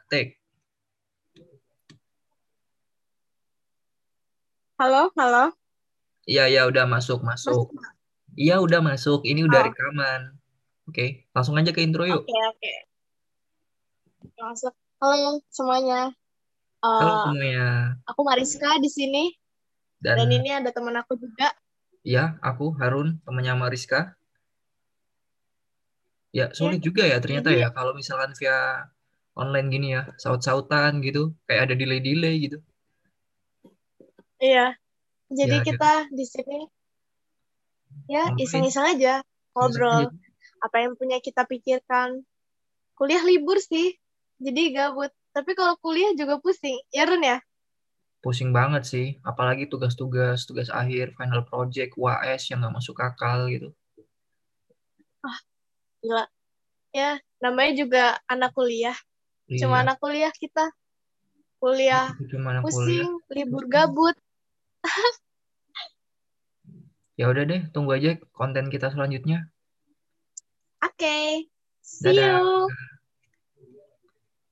Praktek. Halo, halo. Iya, ya udah masuk, masuk. Masuk nggak? Iya, udah masuk. Ini udah Oh, rekaman. Oke, langsung aja ke intro yuk. oke, oke. Masuk. Halo semuanya. Halo Eh, semuanya. aku Mariska di sini dan Dan ini ada teman aku juga. ya, aku Harun, temannya Mariska. Ya, Ya, sulit juga ya ternyata ya jadi kalau misalkan via online gini ya, saut-sautan gitu, kayak ada delay-delay gitu. iya. Jadi Ya, kita di sini ya ngapain? iseng-iseng aja Iseng ngobrol aja. apa yang punya kita pikirkan. Kuliah libur sih, jadi gabut. Tapi kalau kuliah juga pusing. Ya Run ya? Pusing banget sih, apalagi tugas-tugas, tugas akhir, final project, UAS yang nggak masuk akal gitu. Ah, gila. Ya, namanya juga anak kuliah. Cuma Iya, anak kuliah kita. Kuliah cuma kuliah. pusing, libur gabut. Ya udah deh, tunggu aja konten kita selanjutnya. Oke, see Dadah. you.